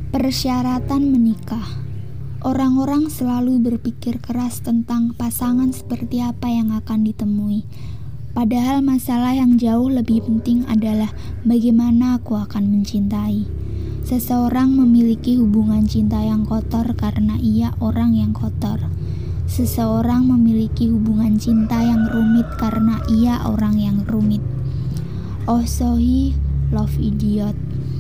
Persyaratan menikah. Orang-orang selalu berpikir keras tentang pasangan seperti apa yang akan ditemui. Padahal masalah yang jauh lebih penting adalah bagaimana aku akan mencintai. Seseorang memiliki hubungan cinta yang kotor karena ia orang yang kotor. Seseorang memiliki hubungan cinta yang rumit karena ia orang yang rumit. Oh Sohi, Love Idiot.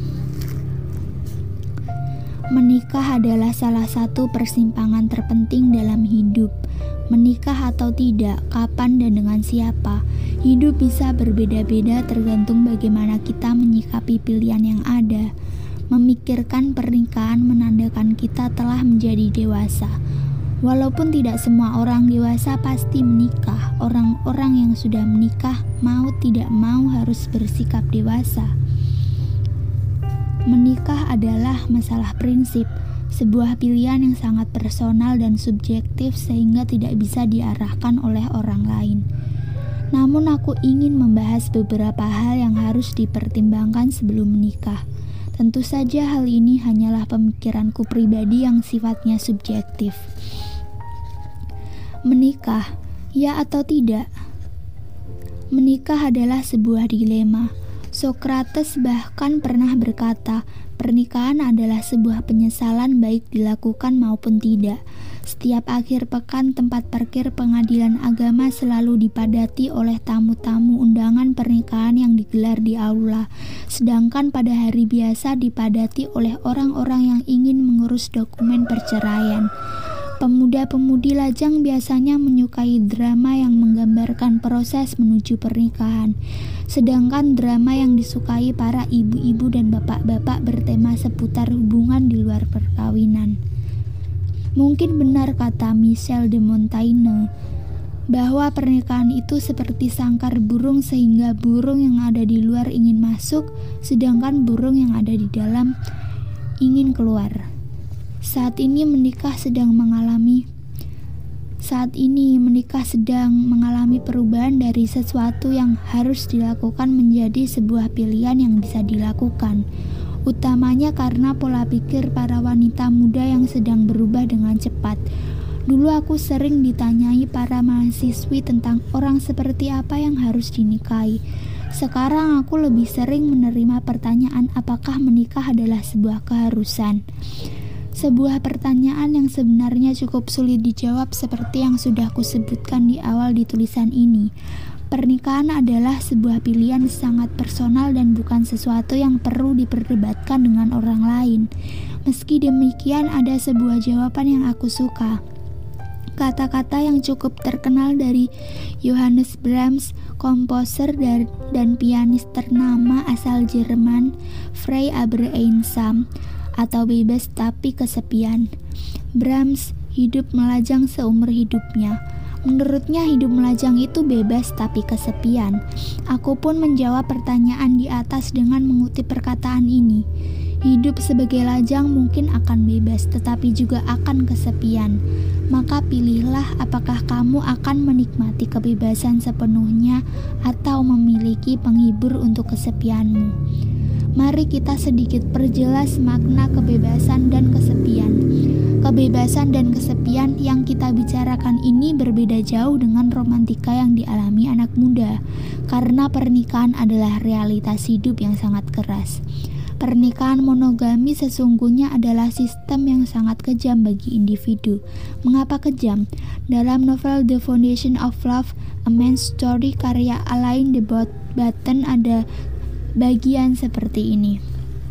Menikah adalah salah satu persimpangan terpenting dalam hidup. Menikah atau tidak, kapan dan dengan siapa, hidup bisa berbeda-beda tergantung bagaimana kita menyikapi pilihan yang ada. Memikirkan pernikahan menandakan kita telah menjadi dewasa. Walaupun tidak semua orang dewasa pasti menikah, orang-orang yang sudah menikah mau tidak mau harus bersikap dewasa. Menikah adalah masalah prinsip, sebuah pilihan yang sangat personal dan subjektif sehingga tidak bisa diarahkan oleh orang lain. Namun aku ingin membahas beberapa hal yang harus dipertimbangkan sebelum menikah. Tentu saja hal ini hanyalah pemikiranku pribadi yang sifatnya subjektif. Menikah, ya atau tidak? Menikah adalah sebuah dilema. Sokrates bahkan pernah berkata, pernikahan adalah sebuah penyesalan baik dilakukan maupun tidak. Setiap akhir pekan tempat parkir pengadilan agama selalu dipadati oleh tamu-tamu undangan pernikahan yang digelar di aula, sedangkan pada hari biasa dipadati oleh orang-orang yang ingin mengurus dokumen perceraian. Pemuda-pemudi lajang biasanya menyukai drama yang menggambarkan proses menuju pernikahan, sedangkan drama yang disukai para ibu-ibu dan bapak-bapak bertema seputar hubungan di luar perkawinan. Mungkin benar kata Michel de Montaigne, bahwa pernikahan itu seperti sangkar burung sehingga burung yang ada di luar ingin masuk, sedangkan burung yang ada di dalam ingin keluar. Saat ini menikah sedang mengalami perubahan dari sesuatu yang harus dilakukan menjadi sebuah pilihan yang bisa dilakukan, utamanya karena pola pikir para wanita muda yang sedang berubah dengan cepat. Dulu aku sering ditanyai para mahasiswi tentang orang seperti apa yang harus dinikahi. Sekarang aku lebih sering menerima pertanyaan apakah menikah adalah sebuah keharusan. Sebuah pertanyaan yang sebenarnya cukup sulit dijawab seperti yang sudah kusebutkan di awal di tulisan ini. Pernikahan adalah sebuah pilihan sangat personal dan bukan sesuatu yang perlu diperdebatkan dengan orang lain. Meski demikian, ada sebuah jawaban yang aku suka. Kata-kata yang cukup terkenal dari Johannes Brahms, komposer dan pianis ternama asal Jerman, Frei aber einsam, atau bebas tapi kesepian. Brahms hidup melajang seumur hidupnya. Menurutnya hidup melajang itu bebas tapi kesepian. Aku pun menjawab pertanyaan di atas dengan mengutip perkataan ini. Hidup sebagai lajang mungkin akan bebas tetapi juga akan kesepian. Maka pilihlah apakah kamu akan menikmati kebebasan sepenuhnya atau memiliki penghibur untuk kesepianmu. Mari kita sedikit perjelas makna kebebasan dan kesepian. Kebebasan dan kesepian yang kita bicarakan ini berbeda jauh dengan romantika yang dialami anak muda, karena pernikahan adalah realitas hidup yang sangat keras. Pernikahan monogami sesungguhnya adalah sistem yang sangat kejam bagi individu. Mengapa kejam? Dalam novel The Foundation of Love, A Man's Story karya Alain de Botton ada bagian seperti ini.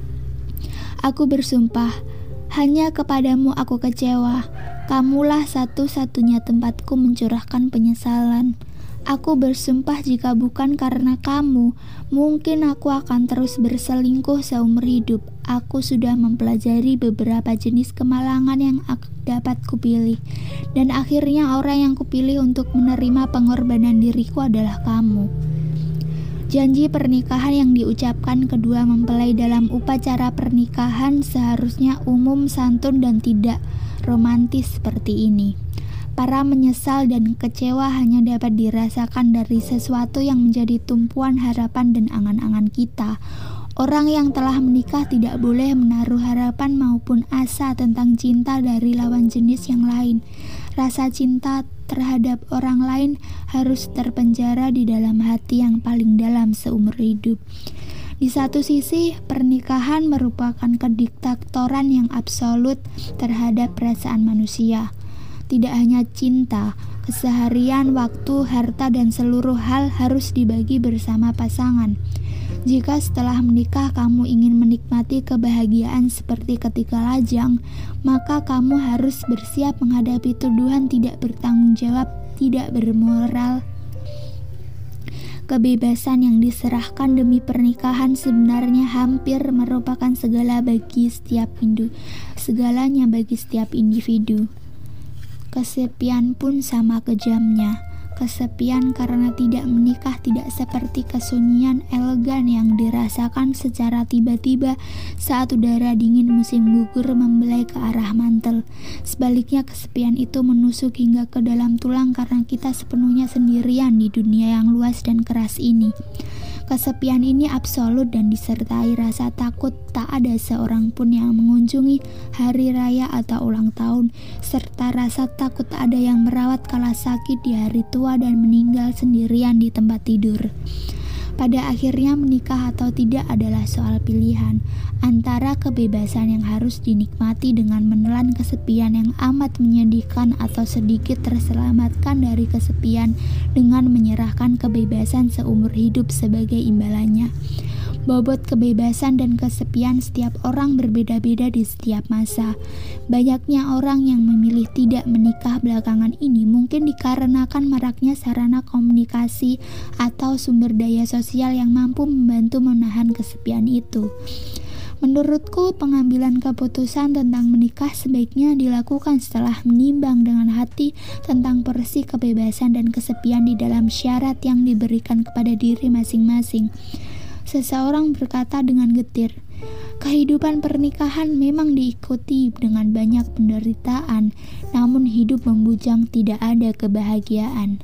Aku bersumpah, hanya kepadamu aku kecewa. Kamulah satu-satunya tempatku mencurahkan penyesalan. Aku bersumpah jika bukan karena kamu, mungkin aku akan terus berselingkuh seumur hidup. Aku sudah mempelajari beberapa jenis kemalangan yang dapat kupilih, dan akhirnya orang yang kupilih untuk menerima pengorbanan diriku adalah kamu. Janji pernikahan yang diucapkan kedua mempelai dalam upacara pernikahan seharusnya umum, santun, dan tidak romantis seperti ini. Para menyesal dan kecewa hanya dapat dirasakan dari sesuatu yang menjadi tumpuan harapan dan angan-angan kita. Orang yang telah menikah tidak boleh menaruh harapan maupun asa tentang cinta dari lawan jenis yang lain. Rasa cinta terhadap orang lain harus terpenjara di dalam hati yang paling dalam seumur hidup. Di satu sisi, pernikahan merupakan kediktatoran yang absolut terhadap perasaan manusia. Tidak hanya cinta, keseharian, waktu, harta, dan seluruh hal harus dibagi bersama pasangan. Jika setelah menikah kamu ingin menikmati kebahagiaan seperti ketika lajang, maka kamu harus bersiap menghadapi tuduhan tidak bertanggung jawab, tidak bermoral. Kebebasan yang diserahkan demi pernikahan sebenarnya hampir merupakan segalanya bagi setiap individu. Kesepian pun sama kejamnya. Kesepian karena tidak menikah tidak seperti kesunyian elegan yang dirasakan secara tiba-tiba saat udara dingin musim gugur membelai ke arah mantel. Sebaliknya, kesepian itu menusuk hingga ke dalam tulang karena kita sepenuhnya sendirian di dunia yang luas dan keras ini. Kesepian ini absolut dan disertai rasa takut tak ada seorang pun yang mengunjungi hari raya atau ulang tahun, serta rasa takut tak ada yang merawat kala sakit di hari tua dan meninggal sendirian di tempat tidur. Pada akhirnya menikah atau tidak adalah soal pilihan antara kebebasan yang harus dinikmati dengan menelan kesepian yang amat menyedihkan atau sedikit terselamatkan dari kesepian dengan menyerahkan kebebasan seumur hidup sebagai imbalannya. Bobot kebebasan dan kesepian setiap orang berbeda-beda di setiap masa. Banyaknya orang yang memilih tidak menikah belakangan ini mungkin dikarenakan maraknya sarana komunikasi atau sumber daya sosial yang mampu membantu menahan kesepian itu. Menurutku, pengambilan keputusan tentang menikah sebaiknya dilakukan setelah menimbang dengan hati tentang porsi kebebasan dan kesepian di dalam syarat yang diberikan kepada diri masing-masing. Seseorang berkata dengan getir, "Kehidupan pernikahan memang diikuti dengan banyak penderitaan, namun hidup membujang tidak ada kebahagiaan."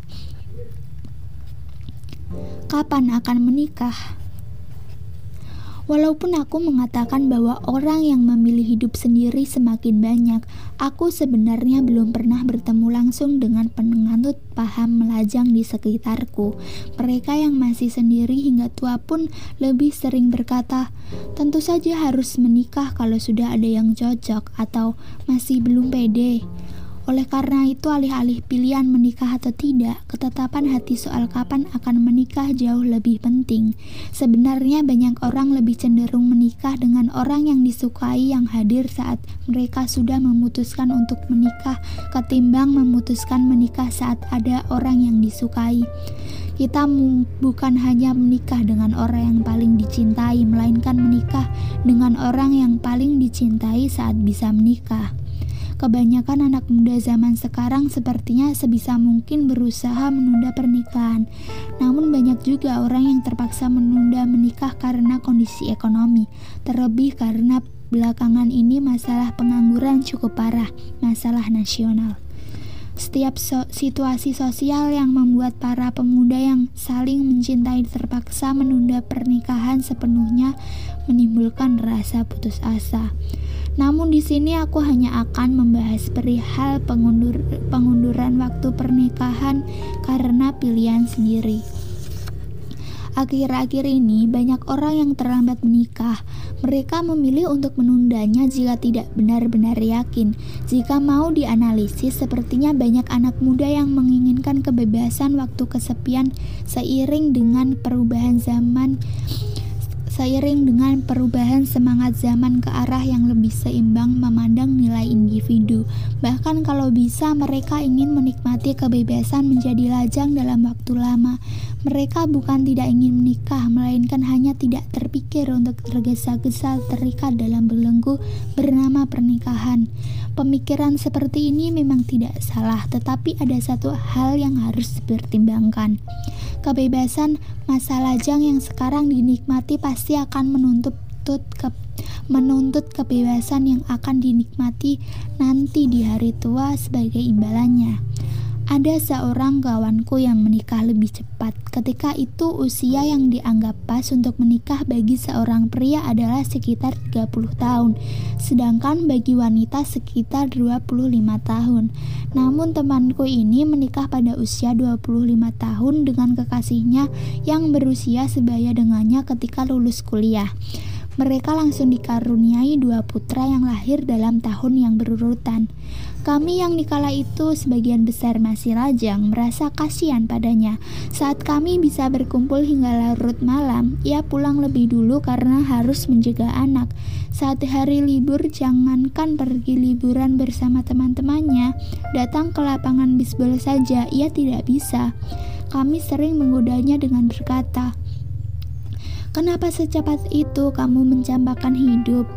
Kapan akan menikah? Walaupun aku mengatakan bahwa orang yang memilih hidup sendiri semakin banyak, aku sebenarnya belum pernah bertemu langsung dengan penganut paham melajang di sekitarku. Mereka yang masih sendiri hingga tua pun lebih sering berkata, "Tentu saja harus menikah kalau sudah ada yang cocok," atau "masih belum pede." Oleh karena itu, alih-alih pilihan menikah atau tidak, ketetapan hati soal kapan akan menikah jauh lebih penting. Sebenarnya banyak orang lebih cenderung menikah dengan orang yang disukai yang hadir saat mereka sudah memutuskan untuk menikah ketimbang memutuskan menikah saat ada orang yang disukai. Kita bukan hanya menikah dengan orang yang paling dicintai, melainkan menikah dengan orang yang paling dicintai saat bisa menikah. Kebanyakan anak muda zaman sekarang sepertinya sebisa mungkin berusaha menunda pernikahan. Namun banyak juga orang yang terpaksa menunda menikah karena kondisi ekonomi. Terlebih karena belakangan ini masalah pengangguran cukup parah, masalah nasional. Setiap situasi sosial yang membuat para pemuda yang saling mencintai terpaksa menunda pernikahan sepenuhnya menimbulkan rasa putus asa. Namun di sini aku hanya akan membahas perihal pengunduran waktu pernikahan karena pilihan sendiri. Akhir-akhir ini banyak orang yang terlambat menikah. Mereka memilih untuk menundanya jika tidak benar-benar yakin. Jika mau dianalisis, sepertinya banyak anak muda yang menginginkan kebebasan waktu kesepian seiring dengan perubahan semangat zaman ke arah yang lebih seimbang memandang nilai individu. Bahkan kalau bisa, mereka ingin menikmati kebebasan menjadi lajang dalam waktu lama. Mereka bukan tidak ingin menikah, melainkan hanya tidak terpikir untuk tergesa-gesa terikat dalam belenggu bernama pernikahan. Pemikiran seperti ini memang tidak salah, tetapi ada satu hal yang harus dipertimbangkan. Kebebasan masa lajang yang sekarang dinikmati pasti akan menuntut kebebasan yang akan dinikmati nanti di hari tua sebagai imbalannya. Ada seorang kawanku yang menikah lebih cepat. Ketika itu usia yang dianggap pas untuk menikah bagi seorang pria adalah sekitar 30 tahun, sedangkan bagi wanita sekitar 25 tahun. Namun temanku ini menikah pada usia 25 tahun dengan kekasihnya yang berusia sebaya dengannya ketika lulus kuliah. Mereka langsung dikaruniai 2 putra yang lahir dalam tahun yang berurutan. Kami yang dikala itu sebagian besar masih lajang merasa kasihan padanya. Saat kami bisa berkumpul hingga larut malam, ia pulang lebih dulu karena harus menjaga anak. Saat hari libur, jangankan pergi liburan bersama teman-temannya, datang ke lapangan bisbol saja ia tidak bisa. Kami sering menggodanya dengan berkata, "Kenapa secepat itu kamu mencampakkan hidup?"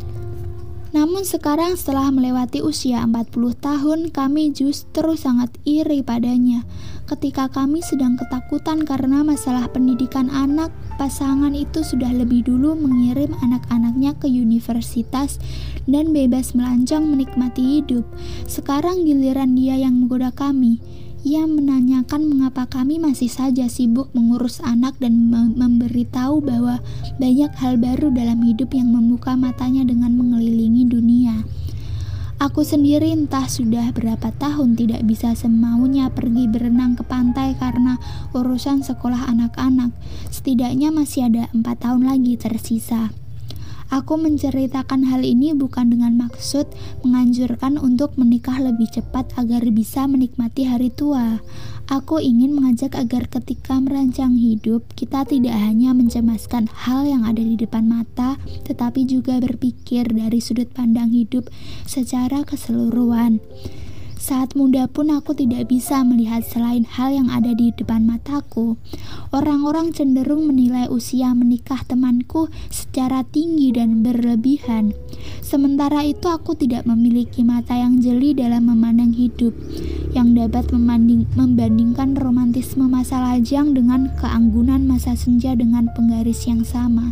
Namun sekarang setelah melewati usia 40 tahun, kami justru sangat iri padanya. Ketika kami sedang ketakutan karena masalah pendidikan anak, pasangan itu sudah lebih dulu mengirim anak-anaknya ke universitas dan bebas melancong menikmati hidup. Sekarang giliran dia yang menggoda kami. Ia menanyakan mengapa kami masih saja sibuk mengurus anak dan memberitahu bahwa banyak hal baru dalam hidup yang membuka matanya dengan mengelilingi dunia. Aku sendiri entah sudah berapa tahun tidak bisa semaunya pergi berenang ke pantai karena urusan sekolah anak-anak. Setidaknya masih ada 4 tahun lagi tersisa. Aku menceritakan hal ini bukan dengan maksud menganjurkan untuk menikah lebih cepat agar bisa menikmati hari tua. Aku ingin mengajak agar ketika merancang hidup, kita tidak hanya mencemaskan hal yang ada di depan mata, tetapi juga berpikir dari sudut pandang hidup secara keseluruhan. Saat muda pun aku tidak bisa melihat selain hal yang ada di depan mataku. Orang-orang cenderung menilai usia menikah temanku secara tinggi dan berlebihan. Sementara itu aku tidak memiliki mata yang jeli dalam memandang hidup, yang dapat membandingkan romantisme masa lajang dengan keanggunan masa senja dengan penggaris yang sama.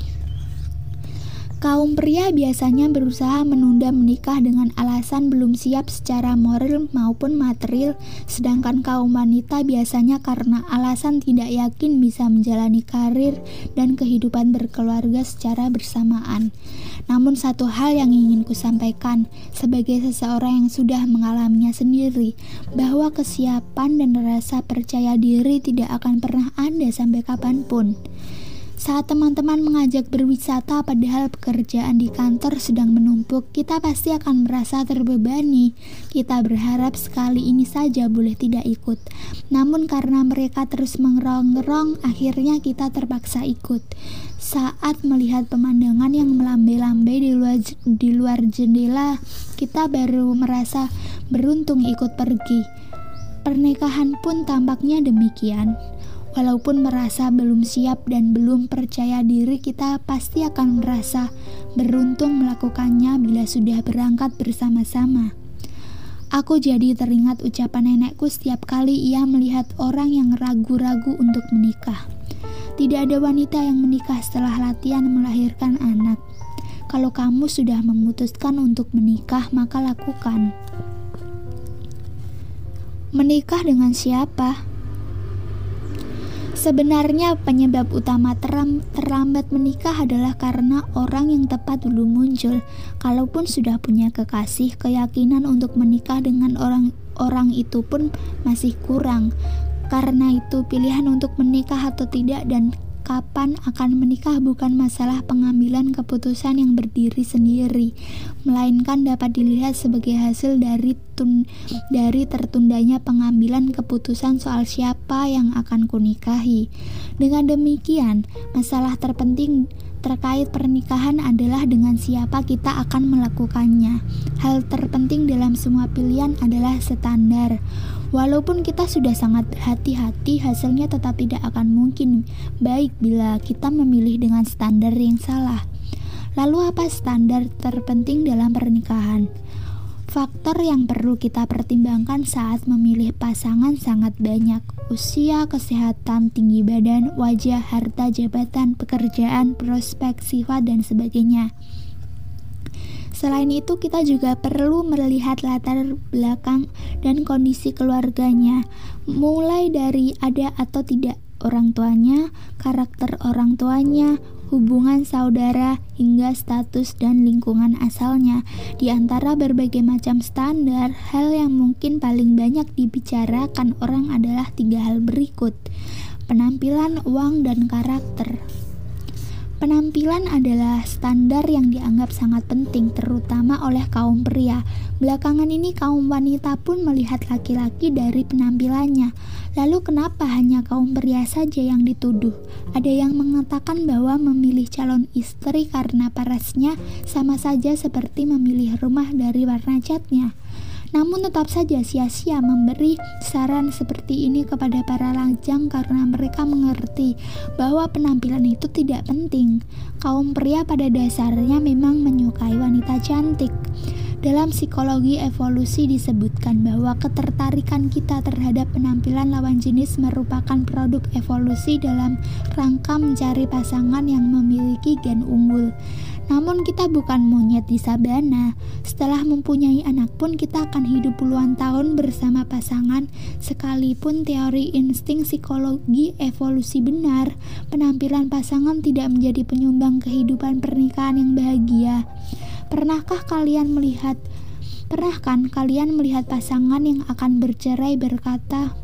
Kaum pria biasanya berusaha menunda menikah dengan alasan belum siap secara moral maupun material, sedangkan kaum wanita biasanya karena alasan tidak yakin bisa menjalani karir dan kehidupan berkeluarga secara bersamaan. Namun satu hal yang ingin kusampaikan sebagai seseorang yang sudah mengalaminya sendiri, bahwa kesiapan dan rasa percaya diri tidak akan pernah ada sampai kapanpun. Saat teman-teman mengajak berwisata padahal pekerjaan di kantor sedang menumpuk, kita pasti akan merasa terbebani. Kita berharap sekali ini saja boleh tidak ikut. Namun karena mereka terus mengerong-ngerong, akhirnya kita terpaksa ikut. Saat melihat pemandangan yang melambai-lambai di luar jendela, kita baru merasa beruntung ikut pergi. Pernikahan pun tampaknya demikian. Walaupun merasa belum siap dan belum percaya diri, kita pasti akan merasa beruntung melakukannya bila sudah berangkat bersama-sama. Aku jadi teringat ucapan nenekku setiap kali ia melihat orang yang ragu-ragu untuk menikah. Tidak ada wanita yang menikah setelah latihan melahirkan anak. Kalau kamu sudah memutuskan untuk menikah, maka lakukan. Menikah dengan siapa? Sebenarnya penyebab utama terlambat menikah adalah karena orang yang tepat belum muncul. Kalaupun sudah punya kekasih, keyakinan untuk menikah dengan orang itu pun masih kurang. Karena itu pilihan untuk menikah atau tidak dan kapan akan menikah bukan masalah pengambilan keputusan yang berdiri sendiri, melainkan dapat dilihat sebagai hasil dari tertundanya pengambilan keputusan soal siapa yang akan kunikahi. Dengan demikian, masalah terpenting terkait pernikahan adalah dengan siapa kita akan melakukannya. Hal terpenting dalam semua pilihan adalah standar. Walaupun kita sudah sangat hati-hati, hasilnya tetap tidak akan mungkin baik bila kita memilih dengan standar yang salah. Lalu apa standar terpenting dalam pernikahan? Faktor yang perlu kita pertimbangkan saat memilih pasangan sangat banyak. Usia, kesehatan, tinggi badan, wajah, harta, jabatan, pekerjaan, prospek, sifat, dan sebagainya. Selain itu, kita juga perlu melihat latar belakang dan kondisi keluarganya, mulai dari ada atau tidak orang tuanya, karakter orang tuanya, hubungan saudara, hingga status dan lingkungan asalnya. Di antara berbagai macam standar, hal yang mungkin paling banyak dibicarakan orang adalah 3 hal berikut: penampilan, uang, dan karakter. Penampilan adalah standar yang dianggap sangat penting, terutama oleh kaum pria. Belakangan ini kaum wanita pun melihat laki-laki dari penampilannya. Lalu kenapa hanya kaum pria saja yang dituduh? Ada yang mengatakan bahwa memilih calon istri karena parasnya sama saja seperti memilih rumah dari warna catnya. Namun tetap saja sia-sia memberi saran seperti ini kepada para lajang karena mereka mengerti bahwa penampilan itu tidak penting. Kaum pria pada dasarnya memang menyukai wanita cantik. Dalam psikologi evolusi disebutkan bahwa ketertarikan kita terhadap penampilan lawan jenis merupakan produk evolusi dalam rangka mencari pasangan yang memiliki gen unggul. Namun kita bukan monyet di sabana. Setelah mempunyai anak pun kita akan hidup puluhan tahun bersama pasangan. Sekalipun teori insting psikologi evolusi benar, penampilan pasangan tidak menjadi penyumbang kehidupan pernikahan yang bahagia. Pernahkah kalian melihat pasangan yang akan bercerai berkata,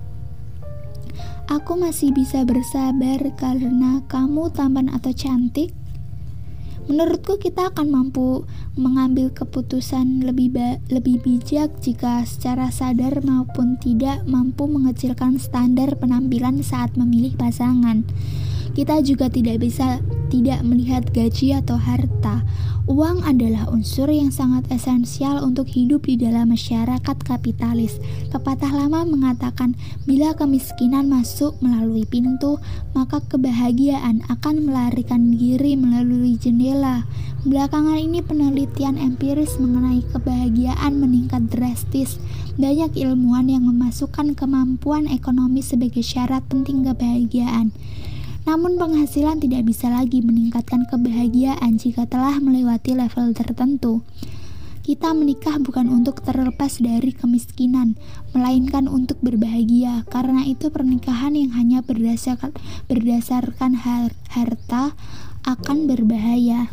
"Aku masih bisa bersabar karena kamu tampan atau cantik"? Menurutku kita akan mampu mengambil keputusan lebih bijak jika secara sadar maupun tidak mampu mengecilkan standar penampilan saat memilih pasangan. Kita juga tidak bisa tidak melihat gaji atau harta. Uang adalah unsur yang sangat esensial untuk hidup di dalam masyarakat kapitalis. Pepatah lama mengatakan, bila kemiskinan masuk melalui pintu, maka kebahagiaan akan melarikan diri melalui jendela. Belakangan ini penelitian empiris mengenai kebahagiaan meningkat drastis. Banyak ilmuwan yang memasukkan kemampuan ekonomi sebagai syarat penting kebahagiaan. Namun penghasilan tidak bisa lagi meningkatkan kebahagiaan jika telah melewati level tertentu. Kita menikah bukan untuk terlepas dari kemiskinan, melainkan untuk berbahagia. Karena itu pernikahan yang hanya berdasarkan harta akan berbahaya.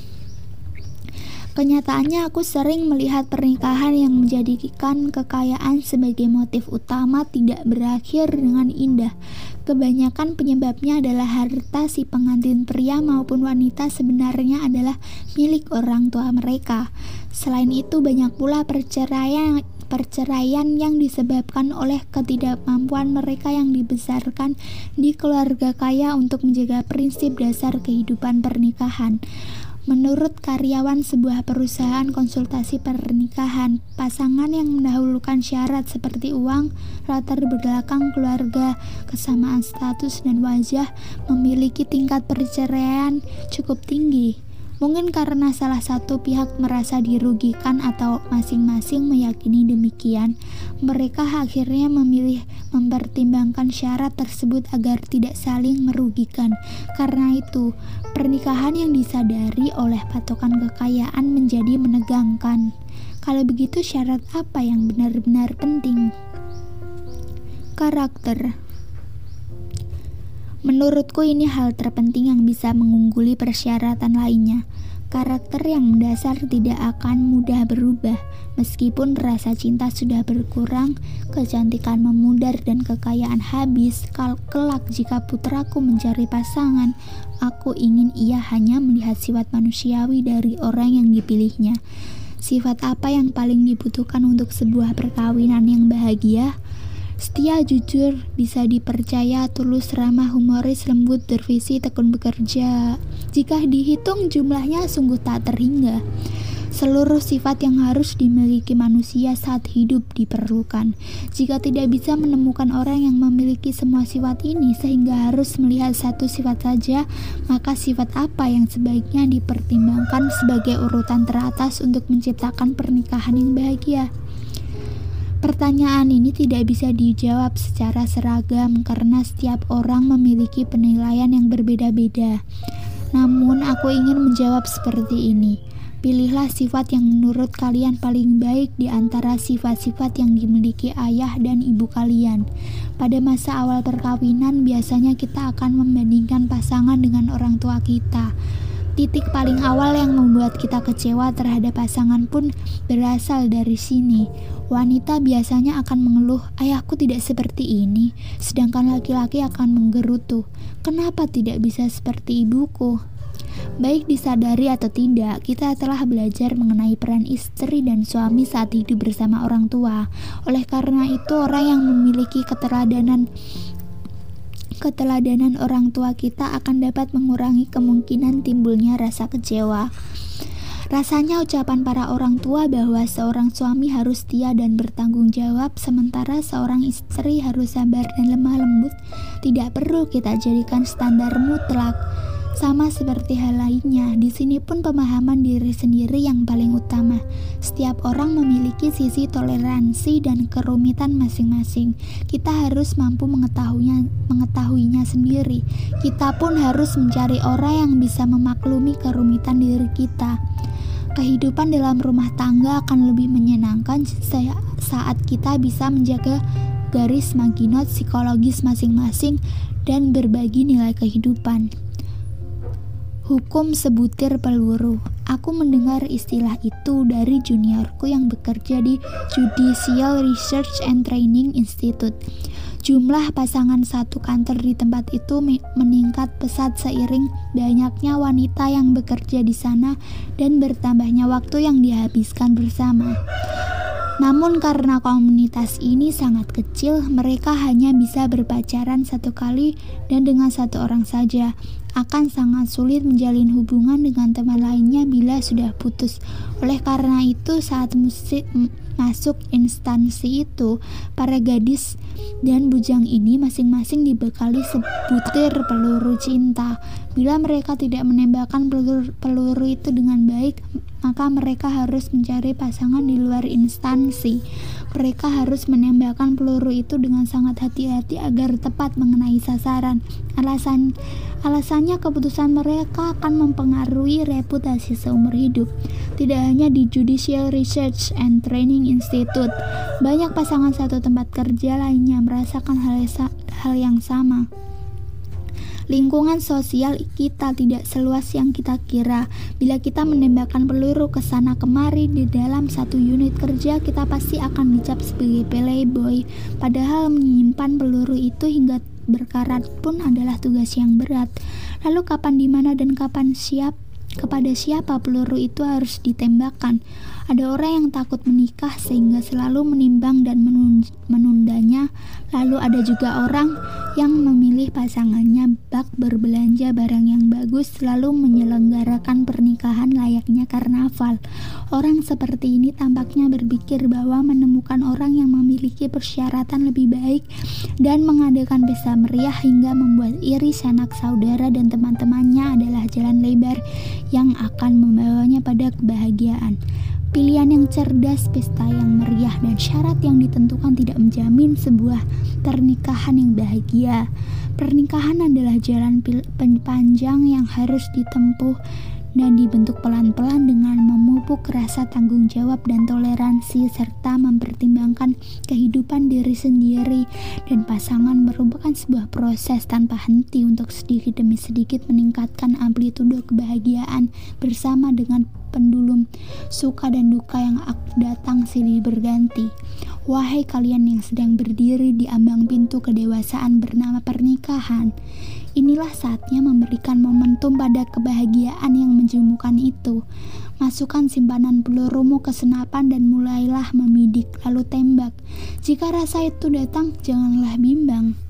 Kenyataannya aku sering melihat pernikahan yang menjadikan kekayaan sebagai motif utama tidak berakhir dengan indah. Kebanyakan penyebabnya adalah harta si pengantin pria maupun wanita sebenarnya adalah milik orang tua mereka. Selain itu banyak pula perceraian yang disebabkan oleh ketidakmampuan mereka yang dibesarkan di keluarga kaya untuk menjaga prinsip dasar kehidupan pernikahan. Menurut karyawan sebuah perusahaan konsultasi pernikahan, pasangan yang mendahulukan syarat seperti uang, latar belakang keluarga, kesamaan status, dan wajah memiliki tingkat perceraian cukup tinggi. Mungkin karena salah satu pihak merasa dirugikan atau masing-masing meyakini demikian, mereka akhirnya memilih mempertimbangkan syarat tersebut agar tidak saling merugikan. Karena itu, pernikahan yang disadari oleh patokan kekayaan menjadi menegangkan. Kalau begitu, syarat apa yang benar-benar penting? Karakter. Menurutku ini hal terpenting yang bisa mengungguli persyaratan lainnya. Karakter yang mendasar tidak akan mudah berubah. Meskipun rasa cinta sudah berkurang, kecantikan memudar dan kekayaan habis, kelak jika putraku mencari pasangan, aku ingin ia hanya melihat sifat manusiawi dari orang yang dipilihnya. Sifat apa yang paling dibutuhkan untuk sebuah perkawinan yang bahagia? Setia, jujur, bisa dipercaya, tulus, ramah, humoris, lembut, bervisi, tekun bekerja. Jika dihitung jumlahnya sungguh tak terhingga. Seluruh sifat yang harus dimiliki manusia saat hidup diperlukan. Jika tidak bisa menemukan orang yang memiliki semua sifat ini sehingga harus melihat satu sifat saja, maka sifat apa yang sebaiknya dipertimbangkan sebagai urutan teratas untuk menciptakan pernikahan yang bahagia? Pertanyaan ini tidak bisa dijawab secara seragam karena setiap orang memiliki penilaian yang berbeda-beda. Namun aku ingin menjawab seperti ini. Pilihlah sifat yang menurut kalian paling baik di antara sifat-sifat yang dimiliki ayah dan ibu kalian. Pada masa awal perkawinan, biasanya kita akan membandingkan pasangan dengan orang tua kita. Titik paling awal yang membuat kita kecewa terhadap pasangan pun berasal dari sini. Wanita biasanya akan mengeluh, ayahku tidak seperti ini, sedangkan laki-laki akan menggerutu, kenapa tidak bisa seperti ibuku? Baik disadari atau tidak, kita telah belajar mengenai peran istri dan suami saat hidup bersama orang tua. Oleh karena itu, orang yang memiliki keteladanan orang tua kita akan dapat mengurangi kemungkinan timbulnya rasa kecewa. Rasanya ucapan para orang tua bahwa seorang suami harus setia dan bertanggung jawab, sementara seorang istri harus sabar dan lemah lembut, tidak perlu kita jadikan standar mutlak. Sama seperti hal lainnya, di sini pun pemahaman diri sendiri yang paling utama. Setiap orang memiliki sisi toleransi dan kerumitan masing-masing. Kita harus mampu mengetahuinya sendiri. Kita pun harus mencari orang yang bisa memaklumi kerumitan diri kita. Kehidupan dalam rumah tangga akan lebih menyenangkan saat kita bisa menjaga garis maginot psikologis masing-masing dan berbagi nilai kehidupan. Hukum sebutir peluru. Aku mendengar istilah itu dari juniorku yang bekerja di Judicial Research and Training Institute. Jumlah pasangan satu kantor di tempat itu meningkat pesat seiring banyaknya wanita yang bekerja di sana dan bertambahnya waktu yang dihabiskan bersama. Namun karena komunitas ini sangat kecil, mereka hanya bisa berpacaran satu kali dan dengan satu orang saja. Akan sangat sulit menjalin hubungan dengan teman lainnya bila sudah putus. Oleh karena itu, saat masuk instansi itu, para gadis dan bujang ini masing-masing dibekali sebutir peluru cinta. Bila mereka tidak menembakkan peluru itu dengan baik, maka mereka harus mencari pasangan di luar instansi. Mereka harus menembakkan peluru itu dengan sangat hati-hati agar tepat mengenai sasaran. Alasannya keputusan mereka akan mempengaruhi reputasi seumur hidup. Tidak hanya di Judicial Research and Training Institute, banyak pasangan satu tempat kerja lainnya merasakan hal yang sama. Lingkungan sosial kita tidak seluas yang kita kira. Bila kita menembakkan peluru ke sana kemari di dalam satu unit kerja, kita pasti akan dicap sebagai playboy. Padahal menyimpan peluru itu hingga berkarat pun adalah tugas yang berat. Lalu kapan, di mana, dan kepada siapa peluru itu harus ditembakkan? Ada orang yang takut menikah sehingga selalu menimbang dan menundanya. Lalu ada juga orang yang memilih pasangannya bak berbelanja barang yang bagus, lalu menyelenggarakan pernikahan layaknya karnaval. Orang seperti ini tampaknya berpikir bahwa menemukan orang yang memiliki persyaratan lebih baik dan mengadakan pesta meriah hingga membuat iri sanak saudara dan teman-temannya adalah jalan lebar yang akan membawanya pada kebahagiaan. Pilihan yang cerdas, pesta yang meriah, dan syarat yang ditentukan tidak menjamin sebuah pernikahan yang bahagia. Pernikahan adalah jalan panjang yang harus ditempuh dan dibentuk pelan-pelan dengan memupuk rasa tanggung jawab dan toleransi serta mempertimbangkan kehidupan diri sendiri dan pasangan. Merupakan sebuah proses tanpa henti untuk sedikit demi sedikit meningkatkan amplitude kebahagiaan bersama dengan pendulum suka dan duka yang datang silih berganti. Wahai kalian yang sedang berdiri di ambang pintu kedewasaan bernama pernikahan, inilah saatnya memberikan momentum pada kebahagiaan yang menjemukan itu. Masukkan simpanan pelurumu ke senapan dan mulailah membidik, lalu tembak. Jika rasa itu datang, janganlah bimbang.